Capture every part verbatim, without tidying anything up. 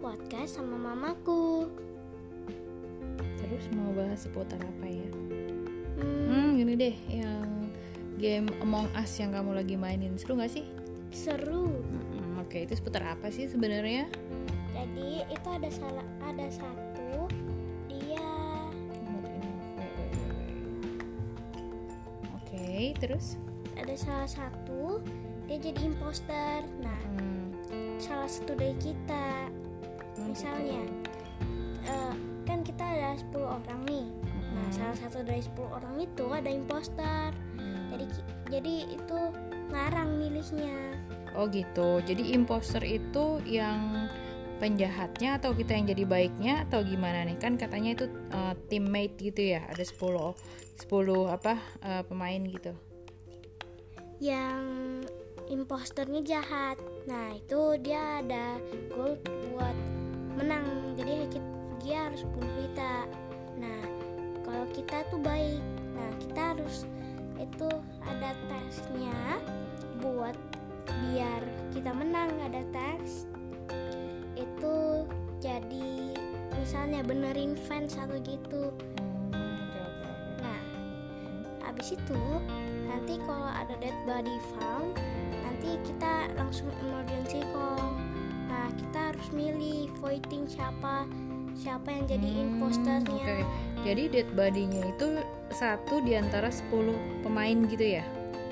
podcast sama mamaku. Terus mau bahas seputar apa ya? Hmm, Hmm, gini deh, yang game Among Us yang kamu lagi mainin, seru gak sih? seru. Hmm, Oke, itu seputar apa sih sebenarnya? Jadi itu ada salah ada satu dia Oke, terus? ada salah satu dia jadi imposter. Nah, Hmm, salah satu dari kita. hmm, Misalnya, gitu. eh, kan kita ada sepuluh orang nih. Nah, Hmm, salah satu dari sepuluh orang itu ada imposter. hmm. Jadi ki- jadi itu ngarang milihnya. Oh gitu, jadi imposter itu yang penjahatnya atau kita yang jadi baiknya atau gimana nih? Kan katanya itu uh, teammate gitu ya, ada sepuluh sepuluh apa uh, pemain gitu. Yang imposternya jahat. Nah, itu dia ada goal buat menang. Jadi ki- dia harus bunuh kita. Nah, kalau kita tuh baik. Nah, kita harus itu ada tesnya buat biar kita menang. Ada tes itu jadi misalnya benerin fans atau gitu. Hmm, oke, oke, oke. Nah, habis itu nanti kalau ada dead body found, nanti kita langsung emergency call. Nah, kita harus milih voting siapa siapa yang jadi Hmm, imposternya. oke. Jadi dead body-nya itu satu di antara sepuluh pemain gitu ya?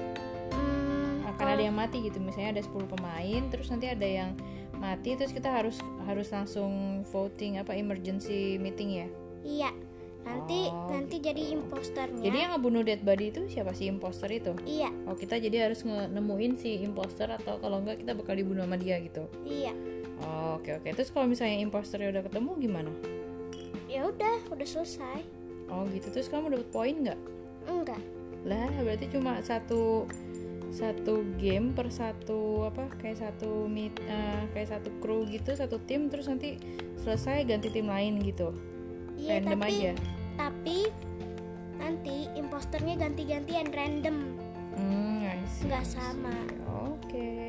Hmm, Akan kalau- ada yang mati gitu, misalnya ada sepuluh pemain, terus nanti ada yang mati, terus kita harus harus langsung voting apa emergency meeting ya? Iya. Nanti Oh, nanti gitu. jadi imposternya. Jadi yang ngebunuh dead body itu siapa sih, imposter itu? Iya, Oh, kita jadi harus nge- nemuin si imposter atau kalau enggak kita bakal dibunuh sama dia gitu. iya. Oh, oke oke. Terus kalau misalnya imposternya udah ketemu gimana? Ya udah, udah selesai. Oh gitu. Terus kamu dapat poin nggak? Enggak. Lah, berarti cuma satu satu game per satu apa kayak satu meet eh, kayak satu kru gitu, satu tim, terus nanti selesai ganti tim lain gitu. Iya, Random tapi aja. tapi nanti imposternya ganti-gantian random. Hmm, I see, Nggak I see. sama. Oke.